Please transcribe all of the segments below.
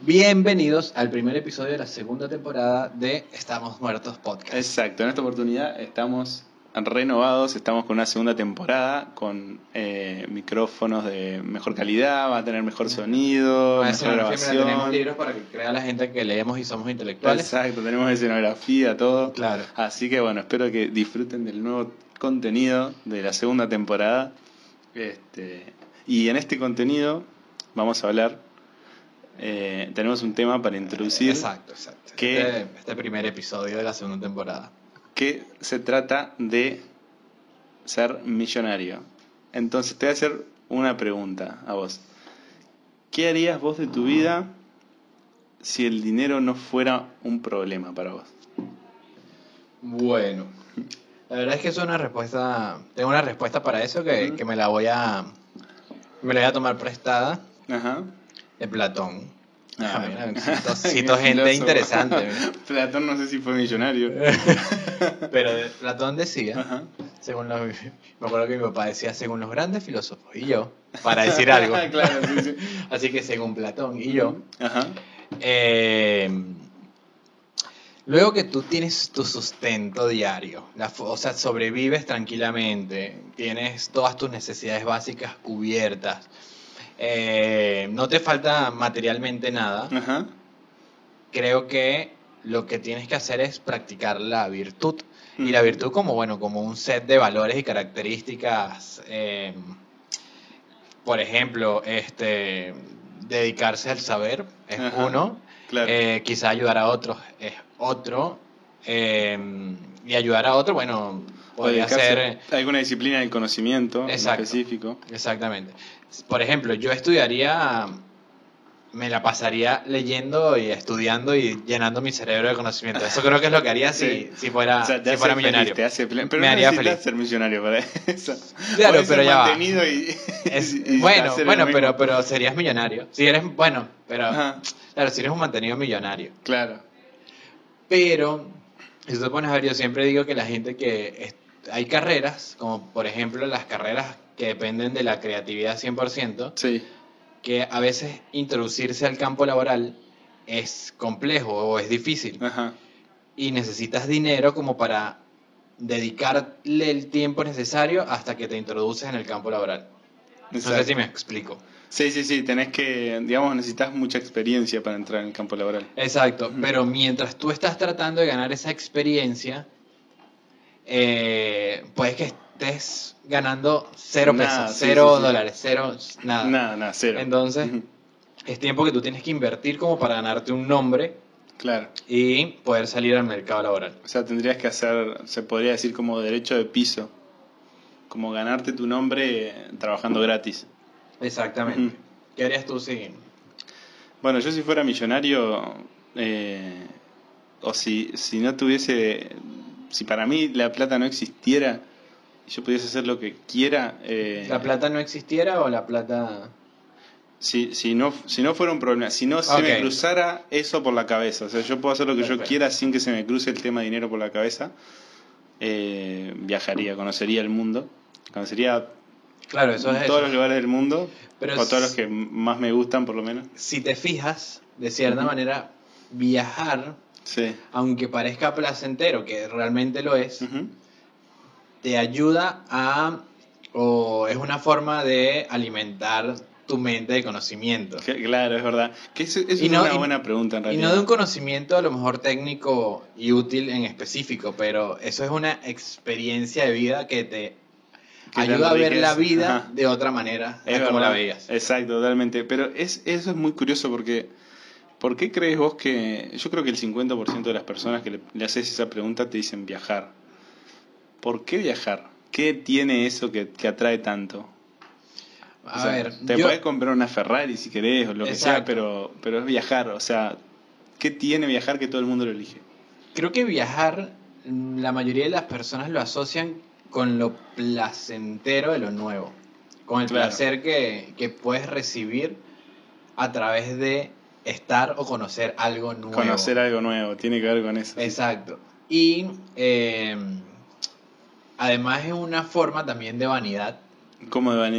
Bienvenidos al primer episodio de la segunda temporada de Estamos Muertos Podcast. Exacto, en esta oportunidad estamos renovados, estamos con una segunda temporada con micrófonos de mejor calidad, va a tener mejor sonido, mejor grabación. Tenemos libros para que crea la gente que leemos y somos intelectuales. Exacto, tenemos escenografía, todo. Claro. Así que bueno, espero que disfruten del nuevo contenido de la segunda temporada. Y en este contenido vamos a hablar. Tenemos un tema para introducir. Exacto. Este primer episodio de la segunda temporada. Que se trata de ser millonario. Entonces te voy a hacer una pregunta a vos. ¿Qué harías vos de tu vida si el dinero no fuera un problema para vos? Bueno, la verdad es que es una respuesta. Tengo una respuesta para eso que me la voy a tomar prestada. Ajá. De Platón. Mira, cito gente interesante. Platón no sé si fue millonario. Pero Platón decía, Ajá. me acuerdo que mi papá decía, según los grandes filósofos, y yo, para decir algo. Claro, sí. Así que según Platón y yo, Ajá. luego que tú tienes tu sustento diario, o sea, sobrevives tranquilamente, tienes todas tus necesidades básicas cubiertas, no te falta materialmente nada. Ajá. Creo que lo que tienes que hacer es practicar la virtud. Y la virtud como un set de valores y características. Por ejemplo, dedicarse al saber es Ajá. uno. Claro. Quizá ayudar a otros es otro. Y ayudar a otro, bueno, podría ser alguna disciplina del conocimiento. Exacto, específico. Exactamente. Por ejemplo, yo estudiaría, me la pasaría leyendo y estudiando y llenando mi cerebro de conocimiento. Eso creo que es lo que haría si fuera, o sea, si fuera millonario. Pero me no haría necesitas feliz. ser millonario para eso. Claro, Podés pero ser ya va. mantenido y Bueno, hacer lo mismo. pero serías millonario. Si eres, pero Ajá. claro, si eres un mantenido millonario. Claro. Pero, si tú te pones a ver, yo siempre digo que la gente hay carreras, como por ejemplo las carreras que dependen de la creatividad 100%, Sí. que a veces introducirse al campo laboral es complejo o es difícil. Ajá. Y necesitas dinero como para dedicarle el tiempo necesario hasta que te introduces en el campo laboral. Exacto. No sé si me explico. Sí, tenés que, digamos, necesitas mucha experiencia para entrar en el campo laboral. Exacto, pero mientras tú estás tratando de ganar esa experiencia, puedes que estés ganando 0 pesos, 0 dólares, 0, nada. Nada, 0. Entonces, es tiempo que tú tienes que invertir como para ganarte un nombre. Claro. Y poder salir al mercado laboral. O sea, tendrías que hacer, se podría decir como derecho de piso, como ganarte tu nombre trabajando gratis. Exactamente. ¿Qué harías tú si...? Bueno, yo si fuera millonario, o si no tuviese, si para mí la plata no existiera y yo pudiese hacer lo que quiera... ¿La plata no existiera o la plata...? Si no fuera un problema, si no se me cruzara eso por la cabeza, o sea, yo puedo hacer lo que yo quiera sin que se me cruce el tema de dinero por la cabeza, viajaría, conocería el mundo, conocería todos los lugares del mundo, o todos los que más me gustan por lo menos. Si te fijas, de cierta manera, viajar, aunque parezca placentero, que realmente lo es, te ayuda o es una forma de alimentar tu mente de conocimiento. Claro, es verdad. Que eso es una buena pregunta en realidad. Y no de un conocimiento a lo mejor técnico y útil en específico, pero eso es una experiencia de vida que te ayuda a ver la vida de otra manera, es como la veías. Exacto, totalmente. Pero eso es muy curioso porque ¿por qué crees vos que... Yo creo que el 50% de las personas que le haces esa pregunta te dicen viajar. ¿Por qué viajar? ¿Qué tiene eso que atrae tanto? A ver, te podés comprar una Ferrari si querés o lo que sea, pero es viajar. O sea, ¿qué tiene viajar que todo el mundo lo elige? Creo que viajar, la mayoría de las personas lo asocian con lo placentero de lo nuevo, con el placer que puedes recibir a través de estar o conocer algo nuevo. Conocer algo nuevo, tiene que ver con eso. Exacto. Y además es una forma también de vanidad. ¿Cómo de vanidad?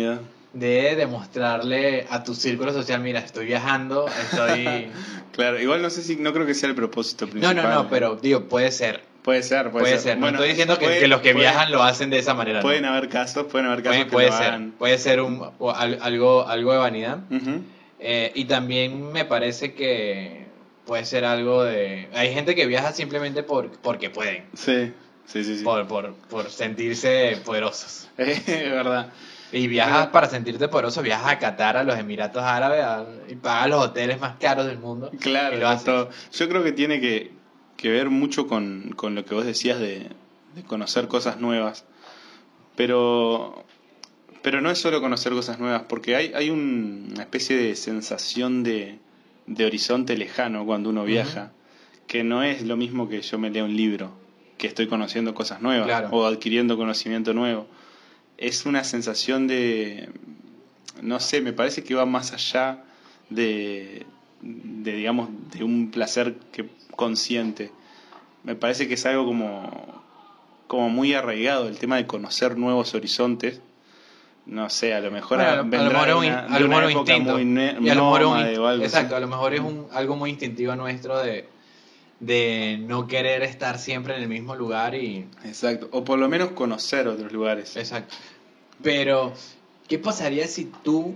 de demostrarle a tu círculo social, mira, estoy viajando, estoy... Claro, igual no creo que sea el propósito principal. No, pero digo, puede ser. Puede ser. Bueno, no estoy diciendo que los que viajan lo hacen de esa manera. Pueden haber casos que puede lo ser, hagan. Puede ser algo de vanidad. Uh-huh. Y también me parece que puede ser algo de... Hay gente que viaja simplemente porque pueden. Sí. Por sentirse poderosos. Es verdad. Y viajas para sentirte poderoso, viajas a Qatar, a los Emiratos Árabes, y pagas los hoteles más caros del mundo. Claro, yo creo que tiene que ver mucho con lo que vos decías de conocer cosas nuevas. Pero no es solo conocer cosas nuevas, porque hay una especie de sensación de horizonte lejano cuando uno viaja, que no es lo mismo que yo me lea un libro, que estoy conociendo cosas nuevas, claro, o adquiriendo conocimiento nuevo. Es una sensación de, no sé, me parece que va más allá de digamos, de un placer consciente. Me parece que es algo como muy arraigado, el tema de conocer nuevos horizontes. No sé, a lo mejor vendrá de una época muy nómade o algo. Exacto, a lo mejor es algo muy instintivo nuestro de no querer estar siempre en el mismo lugar y... Exacto, o por lo menos conocer otros lugares. Exacto. Pero, ¿qué pasaría si tú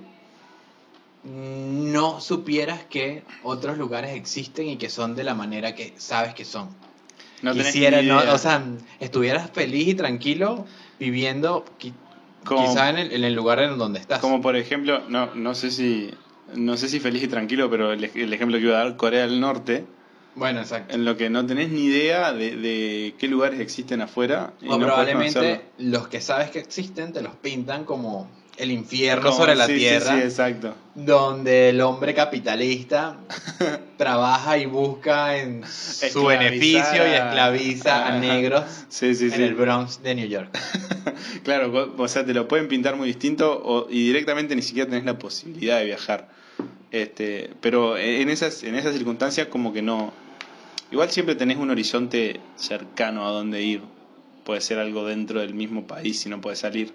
no supieras que otros lugares existen y que son de la manera que sabes que son? O sea, estuvieras feliz y tranquilo viviendo quizá en el lugar en donde estás. Como por ejemplo, no sé si feliz y tranquilo, pero el ejemplo que iba a dar, Corea del Norte. Bueno, exacto. En lo que no tenés ni idea de qué lugares existen afuera. O no probablemente los que sabes que existen te los pintan como el infierno sobre la tierra. Sí, exacto. Donde el hombre capitalista trabaja y busca en su beneficio y esclaviza a negros en el Bronx de New York. Claro, o sea, te lo pueden pintar muy distinto y directamente ni siquiera tenés la posibilidad de viajar. Pero en esas circunstancias como que no... Igual siempre tenés un horizonte cercano a donde ir. Puede ser algo dentro del mismo país si no puedes salir.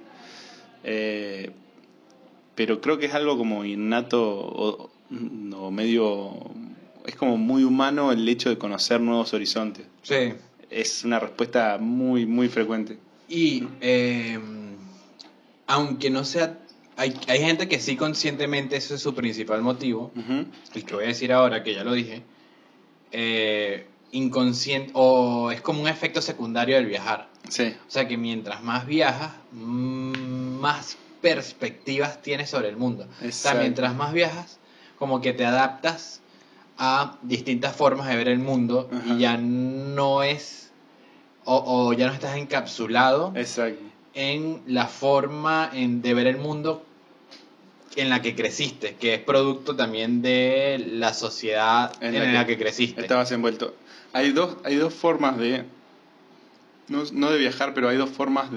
Pero creo que es algo como innato o medio... Es como muy humano el hecho de conocer nuevos horizontes. Sí. Es una respuesta muy, muy frecuente. Y aunque no sea... Hay gente que sí conscientemente ese es su principal motivo. Uh-huh. El que voy a decir ahora, que ya lo dije. Inconsciente, o es como un efecto secundario del viajar. Sí. O sea que mientras más viajas, más perspectivas tienes sobre el mundo. Exacto. O sea, mientras más viajas, como que te adaptas a distintas formas de ver el mundo. Uh-huh. Y ya no es o ya no estás encapsulado. Exacto. En la forma de ver el mundo en la que creciste, que es producto también de la sociedad en la que creciste. Estabas envuelto. Hay dos formas de... No de viajar, pero hay dos formas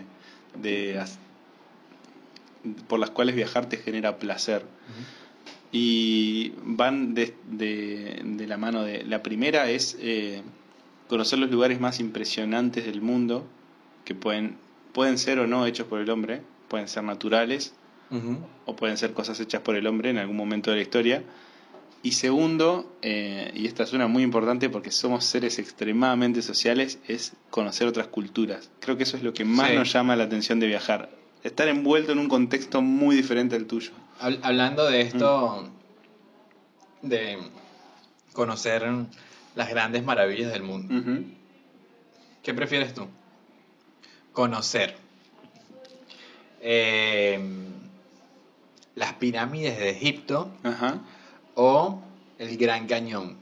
por las cuales viajar te genera placer. Uh-huh. Y van de la mano de... La primera es conocer los lugares más impresionantes del mundo, que pueden ser o no hechos por el hombre, pueden ser naturales, uh-huh, o pueden ser cosas hechas por el hombre en algún momento de la historia. Y segundo, y esta es una muy importante porque somos seres extremadamente sociales, es conocer otras culturas. Creo que eso es lo que más nos llama la atención de viajar. Estar envuelto en un contexto muy diferente al tuyo. Hablando de esto, de conocer las grandes maravillas del mundo, uh-huh, ¿qué prefieres tú? Conocer las pirámides de Egipto, uh-huh, o el Gran Cañón.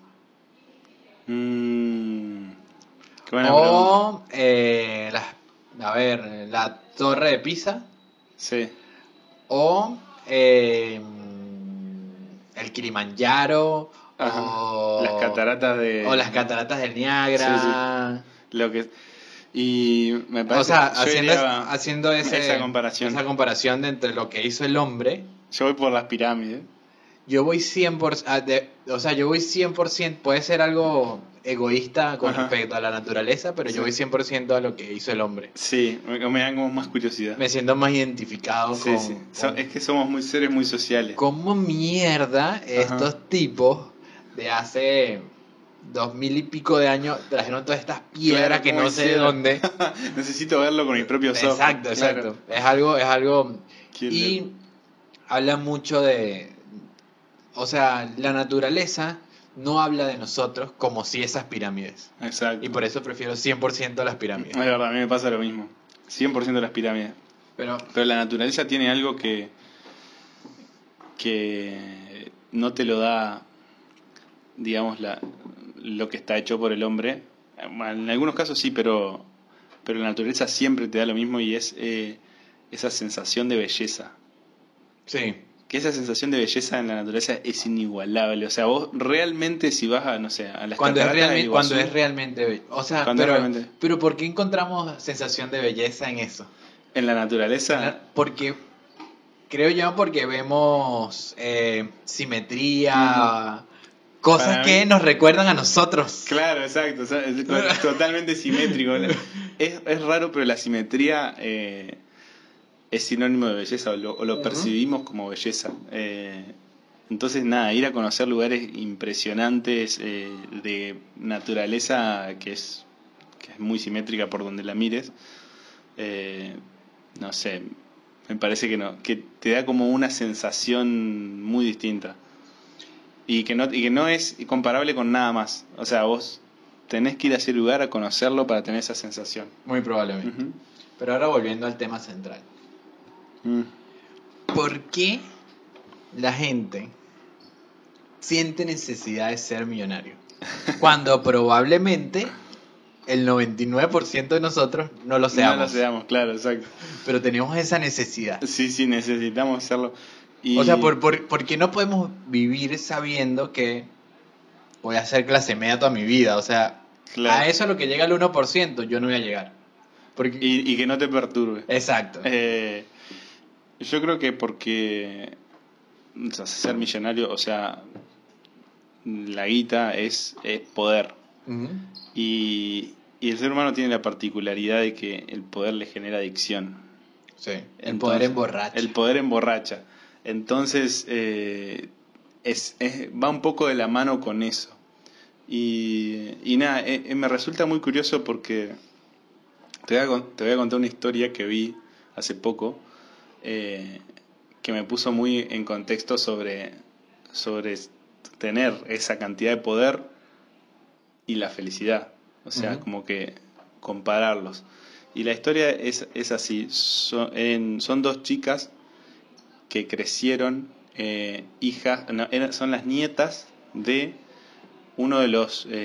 Qué buena pregunta. La Torre de Pisa. Sí. O el Kilimanjaro. Ajá. O las cataratas del Niágara. Sí. Y me parece, o sea, haciendo esa comparación de entre lo que hizo el hombre. Yo voy por las pirámides. yo voy 100%, o sea, yo voy 100%, puede ser algo egoísta con respecto a la naturaleza, pero yo voy 100% a lo que hizo el hombre. Sí, me dan como más curiosidad. Me siento más identificado con... Es que somos seres muy sociales. ¿Cómo mierda estos tipos de hace 2000 y pico de años trajeron todas estas piedras que no sé de dónde? Necesito verlo con mis propios ojos. Exacto. Es algo... Y habla mucho de... O sea, la naturaleza no habla de nosotros como si esas pirámides. Exacto. Y por eso prefiero 100% las pirámides. Es verdad, a mí me pasa lo mismo. 100% las pirámides. Pero la naturaleza tiene algo que no te lo da, digamos, lo que está hecho por el hombre. En algunos casos sí, pero la naturaleza siempre te da lo mismo y es esa sensación de belleza. Sí. Que esa sensación de belleza en la naturaleza es inigualable. O sea, vos realmente si vas a, no sé, a las cataratas del Iguazú, cuando es realmente bello. O sea, pero ¿por qué encontramos sensación de belleza en eso? En la naturaleza. Porque creo yo porque vemos simetría, cosas que nos recuerdan a nosotros. Claro, exacto. O sea, es totalmente simétrico. Es raro, pero la simetría es sinónimo de belleza o lo percibimos como belleza. Entonces, nada, ir a conocer lugares impresionantes de naturaleza que es muy simétrica por donde la mires. No sé, me parece que te da como una sensación muy distinta. Y que no es comparable con nada más. O sea, vos tenés que ir a ese lugar a conocerlo para tener esa sensación. Muy probablemente. Pero ahora volviendo al tema central. ¿Por qué la gente siente necesidad de ser millonario? Cuando probablemente el 99% de nosotros no lo seamos. No lo seamos, claro, exacto. Pero tenemos esa necesidad. Sí, necesitamos hacerlo. O sea, ¿por qué no podemos vivir sabiendo que voy a ser clase media toda mi vida? O sea, a eso a lo que llega el 1%, yo no voy a llegar. Y que no te perturbe. Exacto. Yo creo que porque ser millonario, o sea, la guita es poder. Y el ser humano tiene la particularidad de que el poder le genera adicción. Sí, poder emborracha. El poder emborracha. Entonces, va un poco de la mano con eso. Y nada, me resulta muy curioso porque te voy a contar una historia que vi hace poco que me puso muy en contexto sobre tener esa cantidad de poder y la felicidad. O sea, como que compararlos. Y la historia es así. Son dos chicas que crecieron hijas, son las nietas de uno de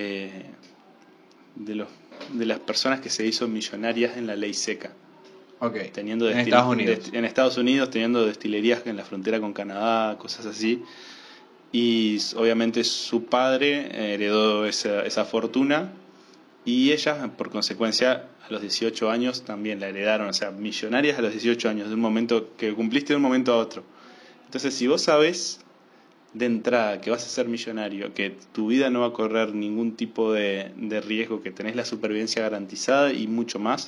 las personas que se hizo millonarias en la ley seca. Okay. Teniendo en Estados Unidos. En Estados Unidos, teniendo destilerías en la frontera con Canadá, cosas así. Y obviamente su padre heredó esa fortuna y ellas, por consecuencia, a los 18 años también la heredaron. O sea, millonarias a los 18 años, de un momento que cumpliste de un momento a otro. Entonces, si vos sabés de entrada que vas a ser millonario, que tu vida no va a correr ningún tipo de riesgo, que tenés la supervivencia garantizada y mucho más,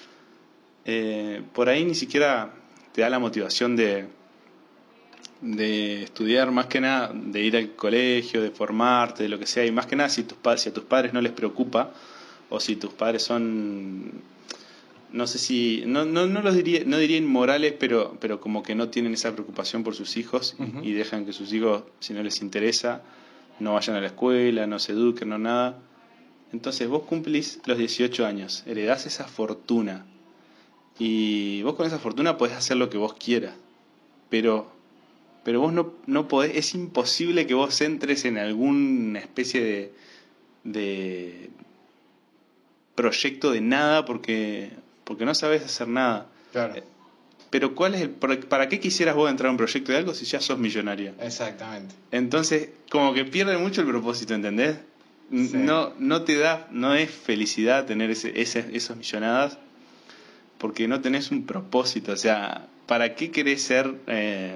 por ahí ni siquiera te da la motivación de estudiar, más que nada, de ir al colegio, de formarte, de lo que sea, y más que nada si a tus padres no les preocupa, o si tus padres son, no sé si, no diría inmorales, pero como que no tienen esa preocupación por sus hijos y dejan que sus hijos, si no les interesa, no vayan a la escuela, no se eduquen, no nada. Entonces vos cumplís los 18 años, heredás esa fortuna, y vos con esa fortuna podés hacer lo que vos quieras, pero vos no podés, es imposible que vos entres en alguna especie de proyecto de nada porque no sabés hacer nada. Claro. Pero ¿para qué quisieras vos entrar a un proyecto de algo si ya sos millonaria? Exactamente. Entonces, como que pierde mucho el propósito, ¿entendés? Sí. No es felicidad tener esos millonadas porque no tenés un propósito. O sea, ¿para qué querés ser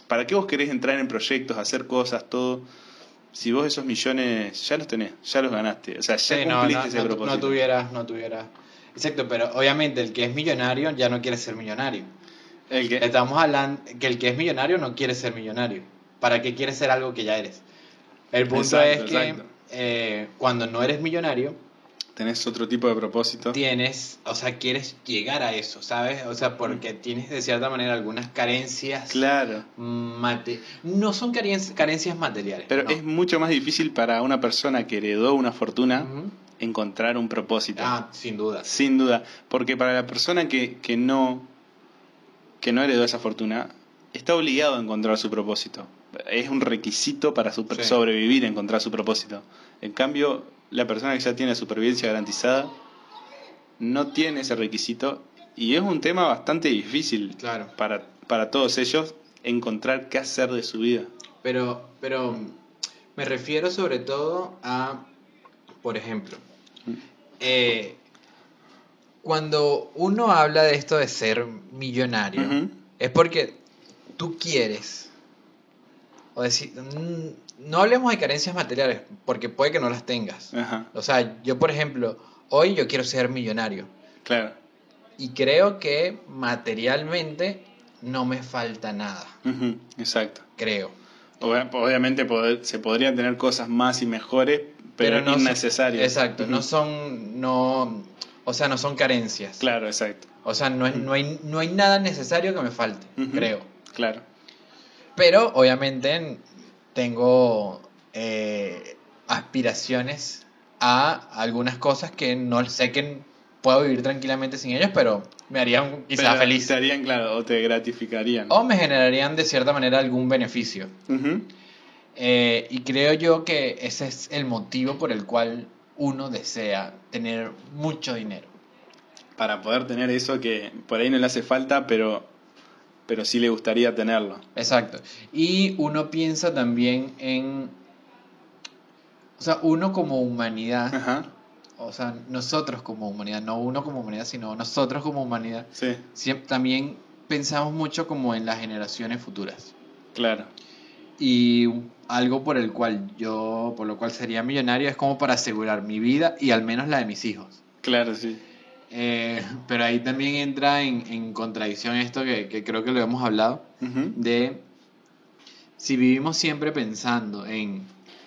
¿Para qué vos querés entrar en proyectos, hacer cosas, todo? Si vos esos millones ya los tenés, ya los ganaste, o sea, ya cumpliste ese propósito. No tuvieras. Exacto, pero obviamente el que es millonario ya no quiere ser millonario. Estamos hablando que el que es millonario no quiere ser millonario. ¿Para qué quiere ser algo que ya eres? El punto es que cuando no eres millonario, tenés otro tipo de propósito. Quieres llegar a eso, ¿sabes? O sea, porque tienes de cierta manera algunas carencias. Claro. No son carencias materiales. Pero no. Es mucho más difícil para una persona que heredó una fortuna encontrar un propósito. Sin duda. Sin duda. Porque para la persona que no heredó esa fortuna, está obligado a encontrar su propósito. Es un requisito para sobrevivir, encontrar su propósito. En cambio, la persona que ya tiene supervivencia garantizada no tiene ese requisito, y es un tema bastante difícil para todos ellos encontrar qué hacer de su vida. Pero me refiero sobre todo a, por ejemplo, cuando uno habla de esto de ser millonario, es porque tú quieres, o decir, no hablemos de carencias materiales, porque puede que no las tengas. O sea, yo por ejemplo, hoy yo quiero ser millonario. Claro. Y creo que materialmente no me falta nada. Exacto. Creo. Obviamente se podrían tener cosas más y mejores, pero no innecesarias. Exacto, no son carencias. Claro, exacto. O sea, no hay nada necesario que me falte, creo. Claro. Pero obviamente tengo aspiraciones a algunas cosas que no sé que puedo vivir tranquilamente sin ellas, pero me harían quizás feliz. Te harían, claro, o te gratificarían. O me generarían de cierta manera algún beneficio. Y creo yo que ese es el motivo por el cual uno desea tener mucho dinero. Para poder tener eso que por ahí no le hace falta, pero sí le gustaría tenerlo. Exacto. Y uno piensa también en... O sea, uno como humanidad... O sea, nosotros como humanidad, no uno como humanidad, sino nosotros como humanidad, también pensamos mucho como en las generaciones futuras. Claro. Y algo por lo cual sería millonario es como para asegurar mi vida y al menos la de mis hijos. Claro, sí. Pero ahí también entra en contradicción esto que creo que lo hemos hablado, de si vivimos siempre pensando en...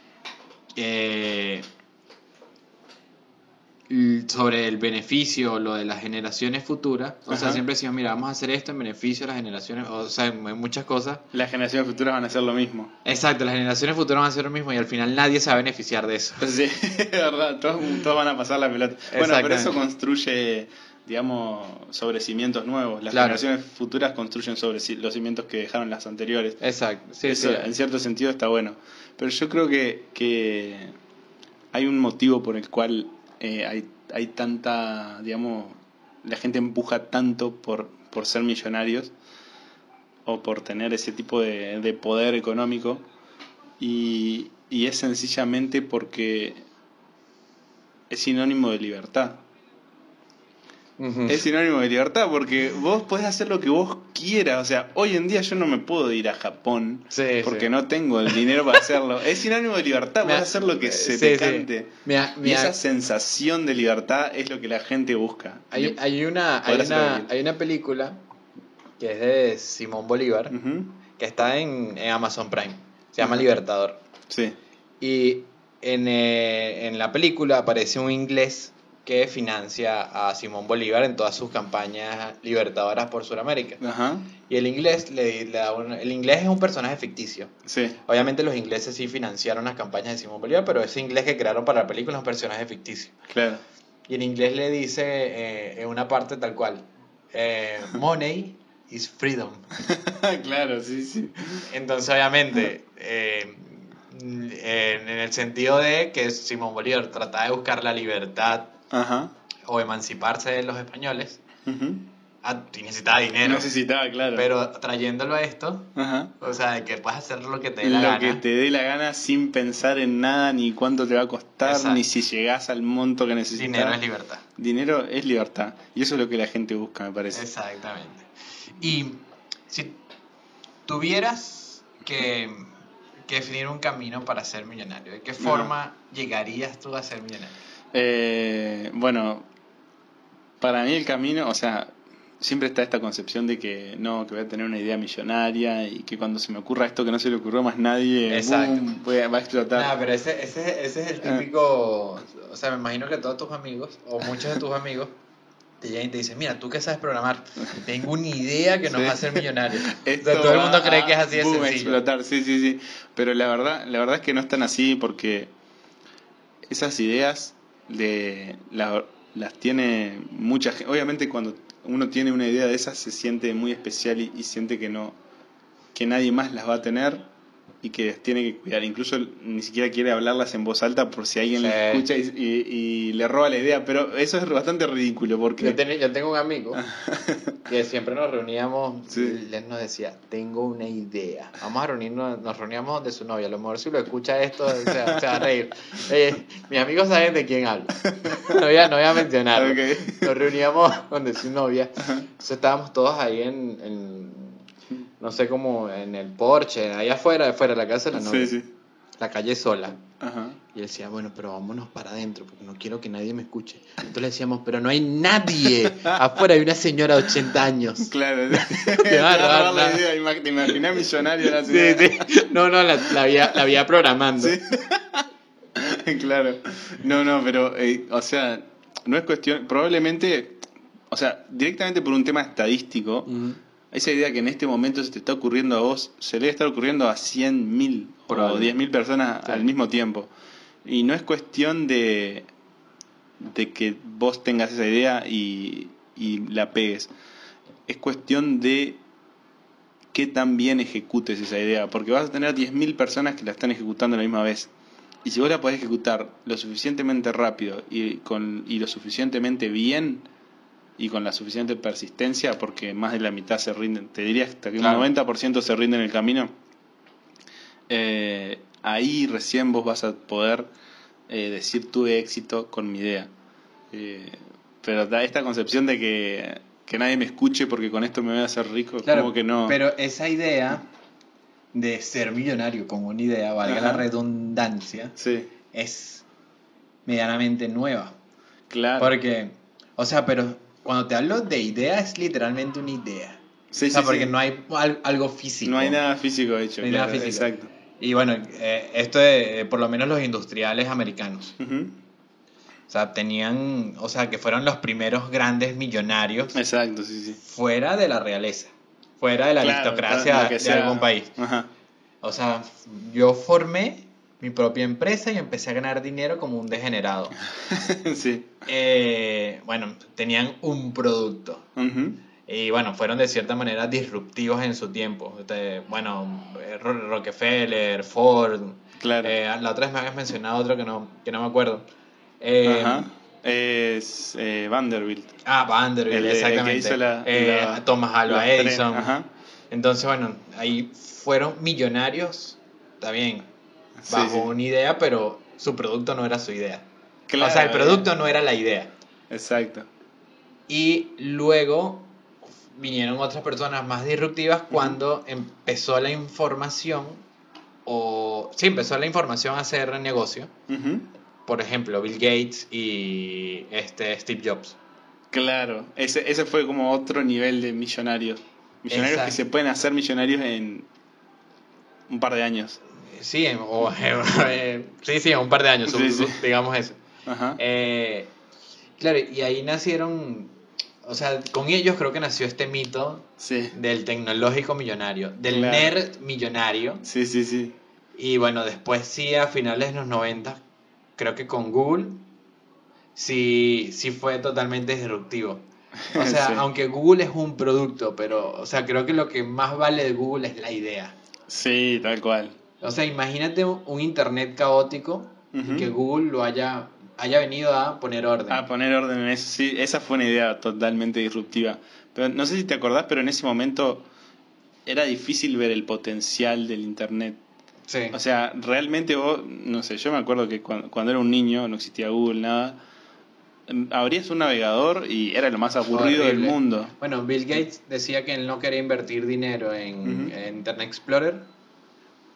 sobre el beneficio, lo de las generaciones futuras, o sea, siempre decimos, mira, vamos a hacer esto en beneficio de las generaciones, o sea, en muchas cosas. Las generaciones futuras van a hacer lo mismo. Exacto, las generaciones futuras van a hacer lo mismo y al final nadie se va a beneficiar de eso. Sí, es verdad, todos van a pasar la pelota. Bueno, pero eso construye, digamos, sobre cimientos nuevos. Las generaciones futuras construyen sobre los cimientos que dejaron las anteriores. Exacto, sí, eso, en cierto sentido está bueno. Pero yo creo que hay un motivo por el cual hay tanta, digamos, la gente empuja tanto por ser millonarios o por tener ese tipo de poder económico, y es sencillamente porque es sinónimo de libertad. Es sinónimo de libertad porque vos podés hacer lo que vos quieras. O sea, hoy en día yo no me puedo ir a Japón porque no tengo el dinero para hacerlo. Es sinónimo de libertad, podés hacer lo que se te cante. Y esa sensación de libertad es lo que la gente busca. Hay una película que es de Simón Bolívar, que está en Amazon Prime. Se llama Libertador. Sí. Y en la película aparece un inglés que financia a Simón Bolívar en todas sus campañas libertadoras por Sudamérica. Y el inglés el inglés es un personaje ficticio. Sí. Obviamente los ingleses sí financiaron las campañas de Simón Bolívar, pero ese inglés que crearon para la película es un personaje ficticio. Claro. Y el inglés le dice en una parte tal cual, money is freedom. Claro, sí. Entonces obviamente en el sentido de que Simón Bolívar trataba de buscar la libertad o emanciparse de los españoles, necesitaba dinero. Necesitaba, claro. Pero trayéndolo a esto, o sea, de que puedes hacer lo que te dé la gana. Lo que te dé la gana sin pensar en nada, ni cuánto te va a costar, ni si llegás al monto que necesitas. Dinero es libertad. Dinero es libertad. Y eso es lo que la gente busca, me parece. Exactamente. Y si tuvieras que definir un camino para ser millonario. ¿De qué forma llegarías tú a ser millonario? Bueno, para mí el camino, o sea, siempre está esta concepción de que no, que voy a tener una idea millonaria y que cuando se me ocurra esto que no se le ocurrió a más nadie, boom, va a explotar. Nah, pero ese es el típico, o sea, me imagino que todos tus amigos, o muchos de tus amigos, te llegan y te dicen, mira, tú que sabes programar, tengo una idea que nos va a hacer millonarios. O sea, todo el mundo cree que es así de sencillo. Explotar, sí. Pero la verdad es que no es tan así, porque esas ideas las tiene mucha gente. Obviamente cuando uno tiene una idea de esas se siente muy especial y siente que nadie más las va a tener y que las tiene que cuidar. Incluso ni siquiera quiere hablarlas en voz alta por si alguien le escucha y le roba la idea. Pero eso es bastante ridículo porque... Yo tengo un amigo que siempre nos reuníamos y él nos decía, tengo una idea. Vamos a reunirnos, nos reuníamos donde su novia. A lo mejor si lo escucha esto se va a reír. Mis amigos saben de quién hablo. No voy a mencionarlo. Okay. Nos reuníamos donde su novia. Entonces estábamos todos ahí en no sé cómo, en el porche, allá afuera de la casa de la novia. Sí. La calle sola. Ajá. Y él decía, bueno, pero vámonos para adentro, porque no quiero que nadie me escuche. Entonces le decíamos, pero no hay nadie. Afuera hay una señora de 80 años. Claro. Te va a robar la idea. Te imaginas millonario la ciudad. Sí. No, la había programando. Sí. Claro. No, pero, o sea, no es cuestión, probablemente, o sea, directamente por un tema estadístico, esa idea que en este momento se te está ocurriendo a vos, se le debe estar ocurriendo a 100.000 o 10.000 personas al mismo tiempo. Y no es cuestión de que vos tengas esa idea y la pegues. Es cuestión de qué tan bien ejecutes esa idea. Porque vas a tener 10.000 personas que la están ejecutando a la misma vez. Y si vos la podés ejecutar lo suficientemente rápido y lo suficientemente bien... y con la suficiente persistencia, porque más de la mitad se rinden, te diría hasta que un 90% se rinden en el camino, ahí recién vos vas a poder decir tuve éxito con mi idea. Pero da esta concepción de que nadie me escuche porque con esto me voy a hacer rico, como que no. Pero esa idea de ser millonario con una idea, valga la redundancia, es medianamente nueva. Claro. Porque, o sea, pero... cuando te hablo de idea, es literalmente una idea. Porque no hay algo físico. No hay nada físico hecho. No hay nada físico. Exacto. Y bueno, esto de, por lo menos los industriales americanos. O sea, tenían, o sea, que fueron los primeros grandes millonarios. Exacto, fuera de la realeza. Fuera de la aristocracia de algún país. Ajá. O sea, yo formé mi propia empresa y empecé a ganar dinero como un degenerado. Sí. Bueno, tenían un producto. Y bueno, fueron de cierta manera disruptivos en su tiempo. Bueno, Rockefeller, Ford. Claro. La otra vez me habías mencionado otro que no me acuerdo. Es Vanderbilt. Vanderbilt, exactamente. Que hizo Thomas Alva Edison. Entonces, bueno, ahí fueron millonarios, está bien, bajo una idea, pero su producto no era su idea. Claro, o sea, el producto no era la idea. Exacto. Y luego vinieron otras personas más disruptivas cuando empezó la información empezó la información a hacer negocio. Por ejemplo, Bill Gates y Steve Jobs. Claro, ese fue como otro nivel de millonarios. Millonarios Exacto. Que se pueden hacer millonarios en un par de años. Sí, en un par de años, digamos eso. Ajá. Claro, y ahí nacieron, o sea, con ellos creo que nació este mito del tecnológico millonario, del nerd millonario. Sí. Y bueno, después a finales de los 90, creo que con Google, sí fue totalmente disruptivo. O sea, aunque Google es un producto, pero, o sea, creo que lo que más vale de Google es la idea. Sí, tal cual. O sea, imagínate un internet caótico y que Google lo haya venido a poner orden. A poner orden en eso, sí, esa fue una idea totalmente disruptiva. Pero no sé si te acordás, pero en ese momento era difícil ver el potencial del internet. Sí. O sea, realmente vos, no sé, yo me acuerdo que cuando era un niño, no existía Google, nada, abrías un navegador y era lo más aburrido del mundo. Bueno, Bill Gates decía que él no quería invertir dinero en Internet Explorer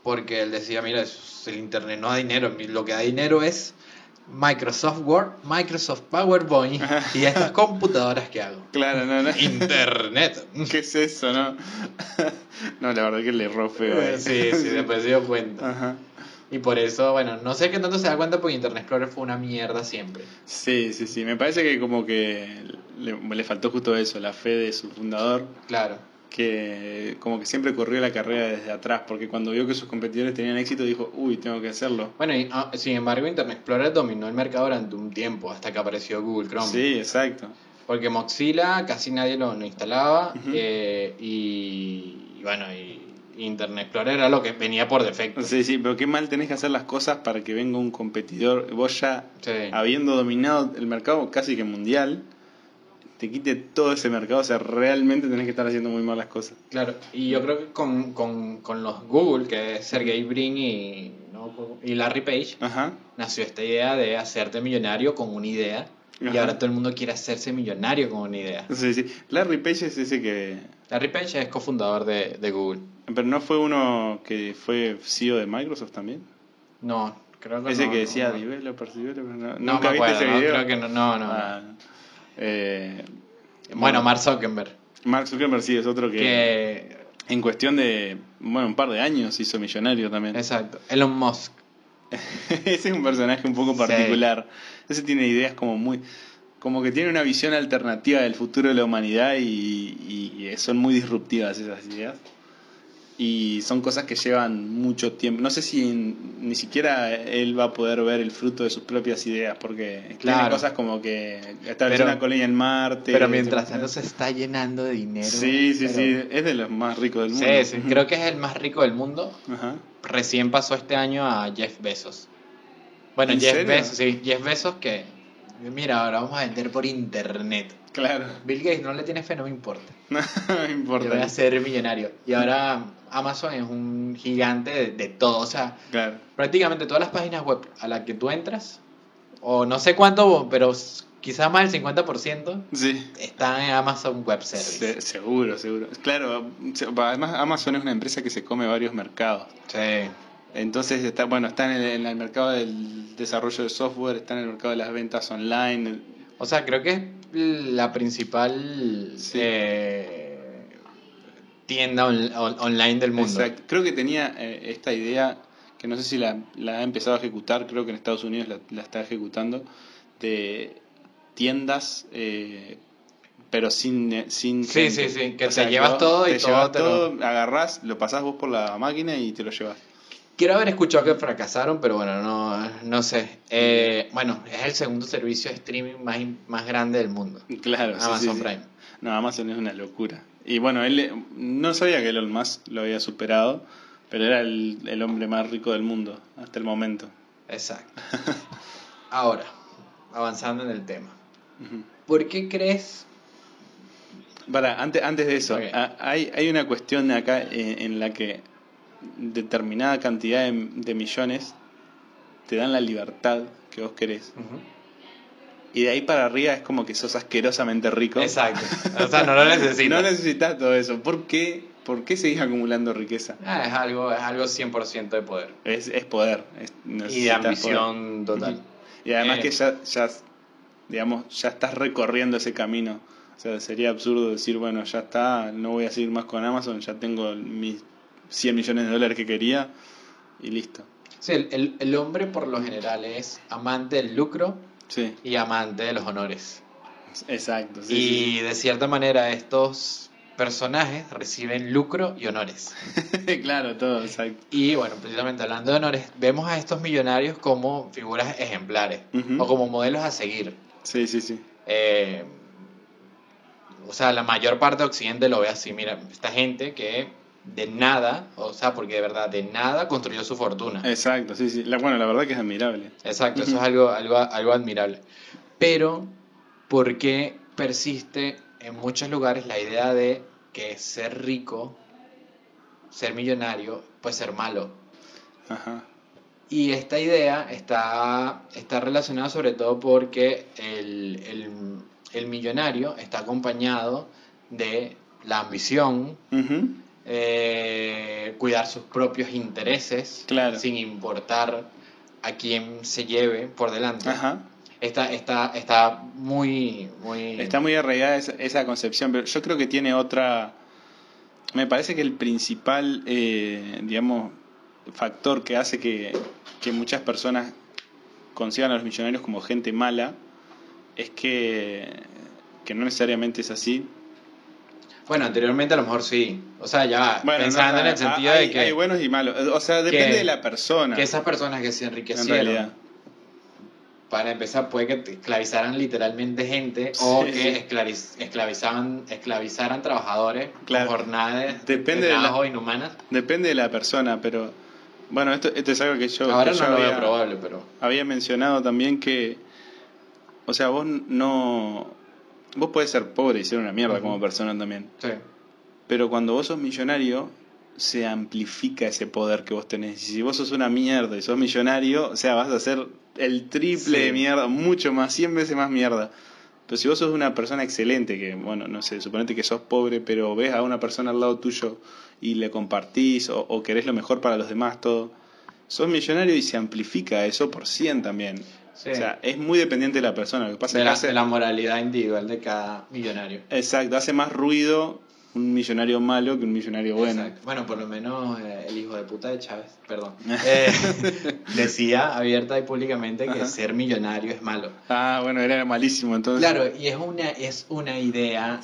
porque él decía, mira, el internet no da dinero, lo que da dinero es Microsoft Word, Microsoft PowerPoint y estas computadoras que hago. Claro, no. Internet. ¿Qué es eso, no? No, la verdad que le erró feo ahí. Sí, después se dio cuenta. Ajá. Y por eso, bueno, no sé qué tanto se da cuenta porque Internet Explorer fue una mierda siempre. Sí. Me parece que como que le faltó justo eso, la fe de su fundador. Claro. Que como que siempre corrió la carrera desde atrás, porque cuando vio que sus competidores tenían éxito dijo, uy, tengo que hacerlo. Bueno, y sin embargo Internet Explorer dominó el mercado durante un tiempo, hasta que apareció Google Chrome. Sí, exacto. Porque Mozilla casi nadie lo instalaba, Uh-huh. y bueno, y Internet Explorer era lo que venía por defecto. Sí, pero qué mal tenés que hacer las cosas para que venga un competidor, vos ya habiendo dominado el mercado casi que mundial, te quite todo ese mercado, o sea, realmente tenés que estar haciendo muy mal las cosas. Claro, y yo creo que con los Google, que es Sergey Brin y Larry Page, Ajá. nació esta idea de hacerte millonario con una idea. Ajá. Y ahora todo el mundo quiere hacerse millonario con una idea. Sí. Larry Page es ese que... Larry Page es cofundador de Google. ¿Pero no fue uno que fue CEO de Microsoft también? No, creo que ese no. que decía no. developers. No ¿Nunca me acuerdo, viste ese video? Creo que no. Ah, bueno, Mark Zuckerberg. Mark Zuckerberg sí es otro que en cuestión de un par de años hizo millonario también. Exacto. Elon Musk. Ese es un personaje un poco particular. Sí. Ese tiene ideas como que tiene una visión alternativa del futuro de la humanidad y son muy disruptivas esas ideas. Y son cosas que llevan mucho tiempo. No sé si ni siquiera él va a poder ver el fruto de sus propias ideas, porque tiene cosas como que establecer una colonia en Marte. Pero mientras tanto se está llenando de dinero. Sí, es de los más ricos del mundo. Sí, creo que es el más rico del mundo. Ajá. Recién pasó este año a Jeff Bezos. Bueno, Jeff Bezos que, mira, ahora vamos a vender por internet. Claro. Bill Gates no le tiene fe, no me importa. No me importa. Yo voy a ser millonario. Y ahora Amazon es un gigante de todo. O sea, claro. Prácticamente todas las páginas web a las que tú entras, o no sé cuánto, pero quizás más del 50%, están en Amazon Web Services. Seguro. Claro, además Amazon es una empresa que se come varios mercados. Sí. Entonces está en el mercado del desarrollo de software, está en el mercado de las ventas online. O sea, creo que es la principal tienda online del mundo. Exacto. Creo que tenía esta idea, que no sé si la ha empezado a ejecutar, creo que en Estados Unidos la está ejecutando, de tiendas, pero sin gente. Sí, que te llevas todo y todo. Agarrás, lo pasás vos por la máquina y te lo llevas. Quiero haber escuchado que fracasaron, pero bueno, no sé. Bueno, es el segundo servicio de streaming más grande del mundo. Claro, Amazon Prime. No, Amazon es una locura. Y bueno, él no sabía que Elon Musk lo había superado, pero era el hombre más rico del mundo hasta el momento. Exacto. Ahora, avanzando en el tema. ¿Por qué crees? Antes de eso, hay una cuestión acá en la que determinada cantidad de millones te dan la libertad que vos querés. Y de ahí para arriba es como que sos asquerosamente rico. Exacto. O sea, no lo necesitas. No necesitas todo eso. ¿Por qué seguís acumulando riqueza? Es algo 100% de poder. Es poder. Y de ambición poder. Total. Y además que ya estás recorriendo ese camino. O sea, sería absurdo decir, bueno, ya está, no voy a seguir más con Amazon, ya tengo mis $100 millones que quería y listo. Sí, el hombre por lo general es amante del lucro y amante de los honores. Exacto. Y de cierta manera estos personajes reciben lucro y honores. Claro, todo, exacto. Y bueno, precisamente hablando de honores, vemos a estos millonarios como figuras ejemplares o como modelos a seguir. Sí. O sea, la mayor parte de Occidente lo ve así. Mira, esta gente que de nada, o sea, porque de verdad de nada construyó su fortuna. Exacto, sí. La verdad que es admirable. Exacto, eso es algo admirable. Pero, ¿por qué persiste en muchos lugares la idea de que ser rico, ser millonario, puede ser malo? Ajá. Y esta idea está relacionada sobre todo porque el millonario está acompañado de la ambición, cuidar sus propios intereses, sin importar a quién se lleve por delante. Ajá. Está muy... Está muy arraigada esa concepción, pero yo creo que tiene otra... Me parece que el principal, digamos, factor que hace que muchas personas conciban a los millonarios como gente mala es que no necesariamente es así. Bueno, anteriormente a lo mejor sí. O sea, ya pensando en el sentido de que... Hay buenos y malos. O sea, depende de la persona. Que esas personas que se enriquecieron, para empezar, puede que esclavizaran literalmente gente, o que esclavizaran trabajadores con jornadas de trabajo inhumanas. Depende de la persona, pero... Bueno, esto es algo que yo... Ahora no lo veo probable, pero... Había mencionado también que... O sea, vos podés ser pobre y ser una mierda como persona también. Sí. Pero cuando vos sos millonario, se amplifica ese poder que vos tenés. Y si vos sos una mierda y sos millonario, o sea, vas a ser el triple de mierda, mucho más, 100 veces más mierda. Pero si vos sos una persona excelente, que, bueno, no sé, suponete que sos pobre, pero ves a una persona al lado tuyo y le compartís o querés lo mejor para los demás, todo, sos millonario y se amplifica eso por 100 también. Sí. O sea, es muy dependiente de la persona. Lo que pasa de la moralidad individual de cada millonario. Exacto, hace más ruido un millonario malo que un millonario bueno. Exacto. Bueno, por lo menos el hijo de puta de Chávez, perdón, decía abierta y públicamente que ser millonario es malo. Ah, bueno, era malísimo entonces. Claro, y es una idea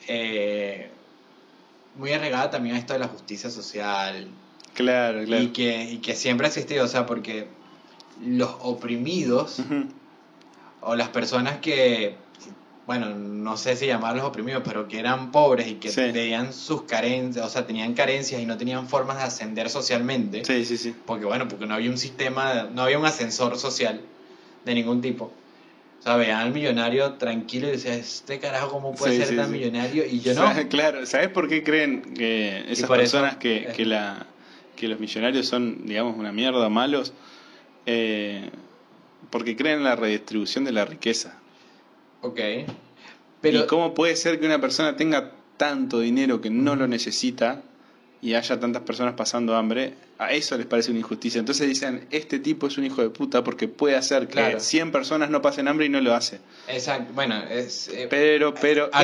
muy arraigada también a esto de la justicia social. Claro. Y que siempre ha existido, o sea, porque los oprimidos o las personas que, bueno, no sé si llamarlos oprimidos, pero que eran pobres y que tenían sus carencias, o sea, tenían carencias y no tenían formas de ascender socialmente. Sí. Porque no había un sistema, no había un ascensor social de ningún tipo. O sea, veían al millonario tranquilo y decían, este carajo, ¿cómo puede ser tan millonario? Y yo no. Claro, ¿sabes por qué creen que esas personas que los millonarios son, digamos, una mierda, malos? Porque creen en la redistribución de la riqueza. Ok. Pero... ¿Y cómo puede ser que una persona tenga tanto dinero que no lo necesita y haya tantas personas pasando hambre? A eso les parece una injusticia. Entonces dicen, este tipo es un hijo de puta porque puede hacer que 100 personas no pasen hambre y no lo hace. Exacto. Bueno, es... pero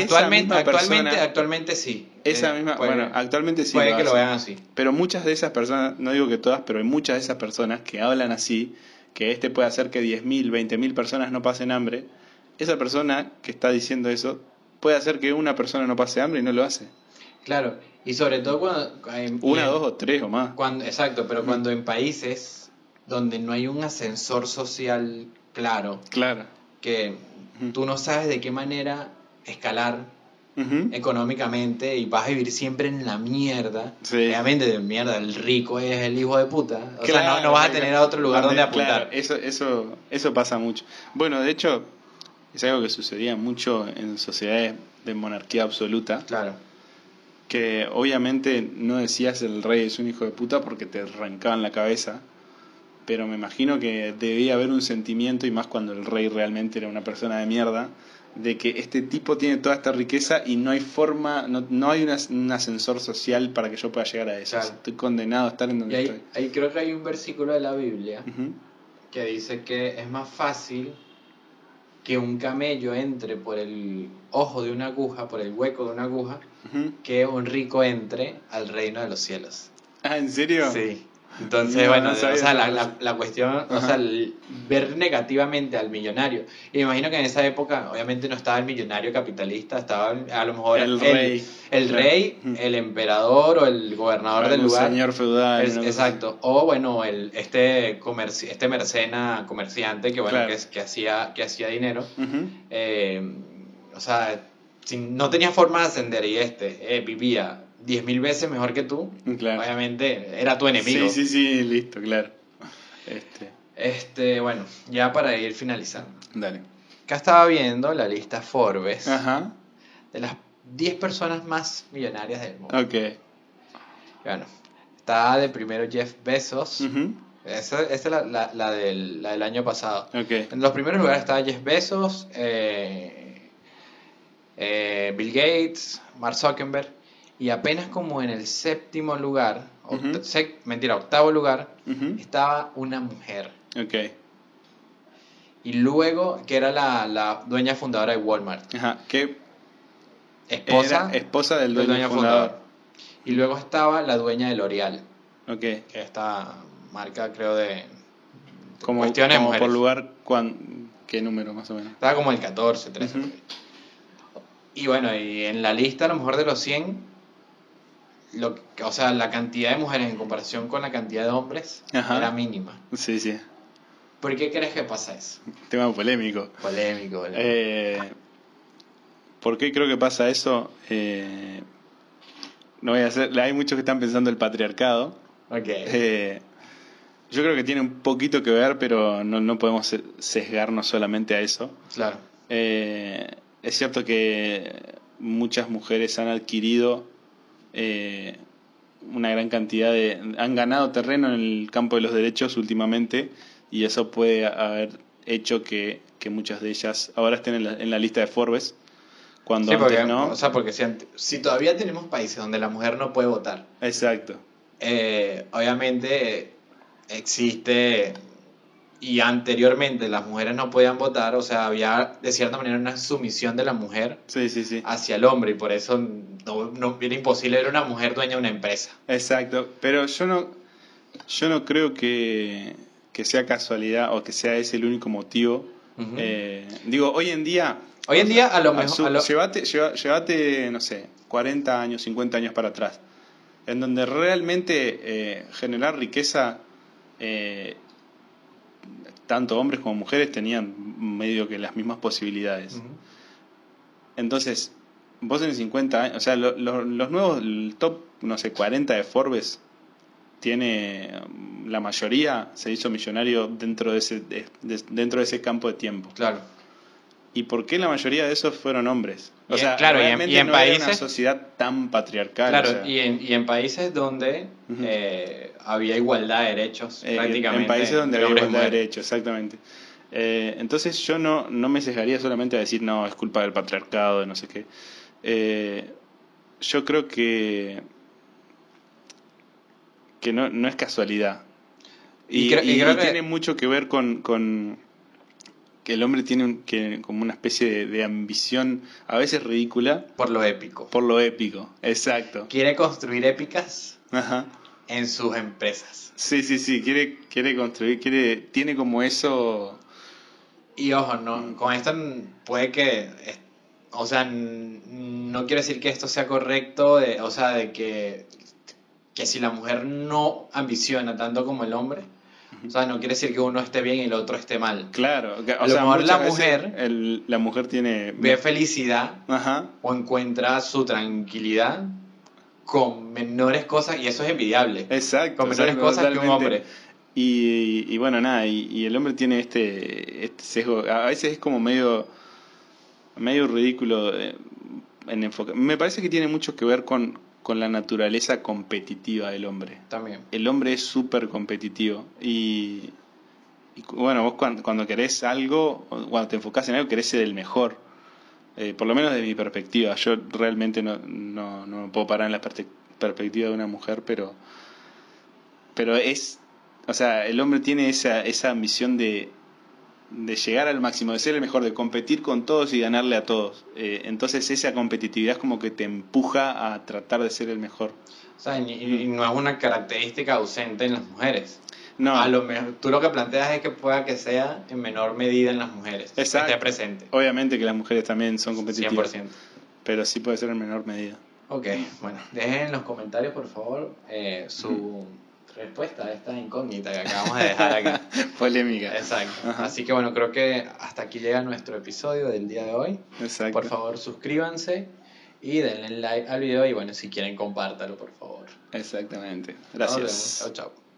actualmente sí. Actualmente sí. Puede que lo vean así. Pero muchas de esas personas, no digo que todas, pero hay muchas de esas personas que hablan así, que puede hacer que 10.000, 20.000 personas no pasen hambre. Esa persona que está diciendo eso puede hacer que una persona no pase hambre y no lo hace. Claro, y sobre todo cuando... Una, dos o tres o más. Exacto, pero cuando en países donde no hay un ascensor social claro, que tú no sabes de qué manera escalar económicamente y vas a vivir siempre en la mierda. Obviamente de mierda, el rico es el hijo de puta. O sea, no vas a tener a otro lugar donde apuntar. Claro, eso pasa mucho. Bueno, de hecho, es algo que sucedía mucho en sociedades de monarquía absoluta. Claro. Que obviamente no decías el rey es un hijo de puta porque te arrancaban la cabeza, pero me imagino que debía haber un sentimiento, y más cuando el rey realmente era una persona de mierda, de que este tipo tiene toda esta riqueza y no hay forma, no hay un ascensor social para que yo pueda llegar a eso. Claro. Estoy condenado a estar en donde estoy. Ahí creo que hay un versículo de la Biblia que dice que es más fácil que un camello entre por el ojo de una aguja, por el hueco de una aguja, que un rico entre al reino de los cielos. Ah, ¿en serio? Sí. Entonces, no, o sea, la cuestión, o sea, ver negativamente al millonario. Y me imagino que en esa época, obviamente no estaba el millonario capitalista, estaba a lo mejor el rey, el emperador o el gobernador del lugar. El señor feudal. Exacto. O bueno, este comerciante que bueno, que hacía dinero. O sea, no tenía forma de ascender y vivía 10.000 veces mejor que tú, obviamente era tu enemigo. Sí, listo, claro. Bueno, ya para ir finalizando. Dale. Acá estaba viendo la lista Forbes de las 10 personas más millonarias del mundo. Ok. Bueno, está de primero Jeff Bezos. Esa es la del año pasado. Okay. En los primeros lugares está Jeff Bezos, Bill Gates, Mark Zuckerberg. Y apenas como en el séptimo lugar, octavo lugar, estaba una mujer. Ok. Y luego, que era la dueña fundadora de Walmart. Ajá, que esposa del dueño fundador. Y luego estaba la dueña de L'Oreal. Ok. Que esta marca, creo, de cuestiones de mujeres. Por lugar, ¿qué número más o menos? Estaba como el 14, 13. Y bueno, y en la lista a lo mejor de los 100, o sea, la cantidad de mujeres en comparación con la cantidad de hombres era mínima. Sí, sí. ¿Por qué crees que pasa eso? Tema polémico. Polémico. ¿Por qué creo que pasa eso? No voy a hacer. Hay muchos que están pensando el patriarcado. Okay. Yo creo que tiene un poquito que ver, pero no podemos sesgarnos solamente a eso. Claro. Es cierto que muchas mujeres han adquirido una gran cantidad han ganado terreno en el campo de los derechos últimamente, y eso puede haber hecho que muchas de ellas ahora estén en la lista de Forbes, cuando antes no. O sea, porque si todavía tenemos países donde la mujer no puede votar. Exacto. Obviamente existe, y anteriormente las mujeres no podían votar, o sea, había de cierta manera una sumisión de la mujer hacia el hombre, y por eso no era imposible ver una mujer dueña de una empresa. Exacto, pero yo no creo que sea casualidad o que sea ese el único motivo. Digo, hoy en día a lo mejor llévate, no sé, 40 años, 50 años para atrás, en donde realmente generar riqueza, tanto hombres como mujeres tenían medio que las mismas posibilidades. Entonces, vos en 50 años, o sea, los nuevos, el top, no sé, 40 de Forbes, tiene, la mayoría se hizo millonario dentro de ese campo de tiempo. Claro. ¿Y por qué la mayoría de esos fueron hombres? O sea, claro, realmente y en no países, era una sociedad tan patriarcal. Claro, o sea, y en países donde había igualdad de derechos, prácticamente. En países donde había igualdad de derechos, exactamente. Entonces yo no me cegaría solamente a decir, no, es culpa del patriarcado, de no sé qué. Yo creo que no es casualidad. Y tiene mucho que ver con que el hombre tiene como una especie de ambición, a veces ridícula. Por lo épico. Por lo épico, exacto. Quiere construir épicas en sus empresas. Sí, quiere construir, tiene como eso. Y ojo, con esto puede que, o sea, no quiero decir que esto sea correcto, o sea, de que si la mujer no ambiciona tanto como el hombre, o sea, no quiere decir que uno esté bien y el otro esté mal. Claro, a lo mejor la mujer tiene ve felicidad o encuentra su tranquilidad con menores cosas, y eso es envidiable. Exacto. Con menores cosas totalmente. Que un hombre. Y bueno, nada, y el hombre tiene este sesgo, a veces es como medio ridículo en enfoque. Me parece que tiene mucho que ver con la naturaleza competitiva del hombre. También. El hombre es súper competitivo y bueno, vos cuando querés algo, cuando te enfocás en algo, querés ser el mejor. Por lo menos de mi perspectiva. Yo realmente no me puedo parar en la perspectiva de una mujer, pero es, o sea, el hombre tiene esa ambición de llegar al máximo, de ser el mejor, de competir con todos y ganarle a todos. Entonces esa competitividad es como que te empuja a tratar de ser el mejor. O sea, y no es una característica ausente en las mujeres. No. A lo mejor tú lo que planteas es que pueda que sea en menor medida en las mujeres. Exacto. Que esté presente. Obviamente que las mujeres también son competitivas. 100%. Pero sí puede ser en menor medida. Ok, bueno, dejen en los comentarios, por favor, su respuesta a esta incógnita que acabamos de dejar acá. Polémica. Exacto. Así que bueno, creo que hasta aquí llega nuestro episodio del día de hoy. Exacto. Por favor, suscríbanse y denle like al video, y bueno, si quieren compártalo, por favor. Exactamente. Gracias. Chao, chao.